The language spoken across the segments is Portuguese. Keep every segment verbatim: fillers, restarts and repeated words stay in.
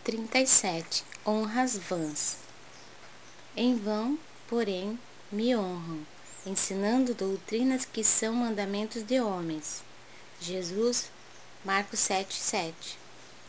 trinta e sete. Honras vãs. Em vão, porém, me honram, ensinando doutrinas que são mandamentos de homens. Jesus, Marcos sete, sete.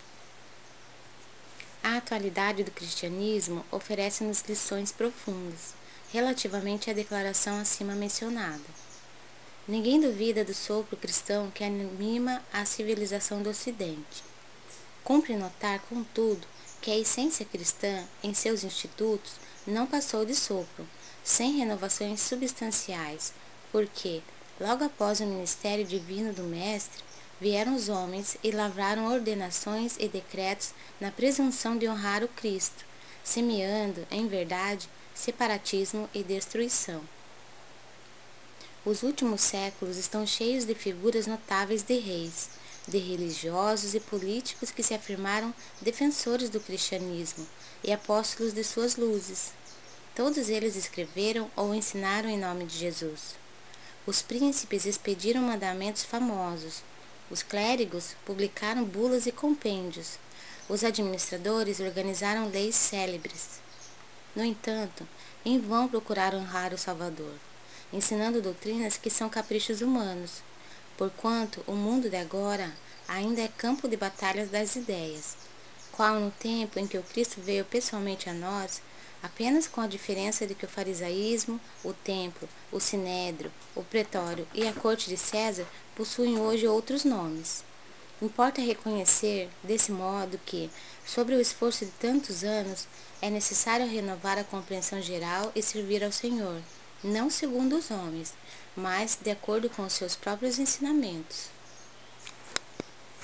A atualidade do cristianismo oferece-nos lições profundas, relativamente à declaração acima mencionada. Ninguém duvida do sopro cristão que anima a civilização do Ocidente. Cumpre notar, contudo, que a essência cristã, em seus institutos, não passou de sopro, sem renovações substanciais, porque, logo após o ministério divino do Mestre, vieram os homens e lavraram ordenações e decretos na presunção de honrar o Cristo, semeando, em verdade, separatismo e destruição. Os últimos séculos estão cheios de figuras notáveis de reis, de religiosos e políticos que se afirmaram defensores do cristianismo e apóstolos de suas luzes. Todos eles escreveram ou ensinaram em nome de Jesus. Os príncipes expediram mandamentos famosos, os clérigos publicaram bulas e compêndios, os administradores organizaram leis célebres. No entanto, em vão procuraram honrar o Salvador, ensinando doutrinas que são caprichos humanos, porquanto o mundo de agora ainda é campo de batalhas das ideias, qual no tempo em que o Cristo veio pessoalmente a nós, apenas com a diferença de que o farisaísmo, o templo, o sinédrio, o pretório e a corte de César possuem hoje outros nomes. Importa reconhecer, desse modo, que, sobre o esforço de tantos anos, é necessário renovar a compreensão geral e servir ao Senhor, não segundo os homens, mas de acordo com os seus próprios ensinamentos.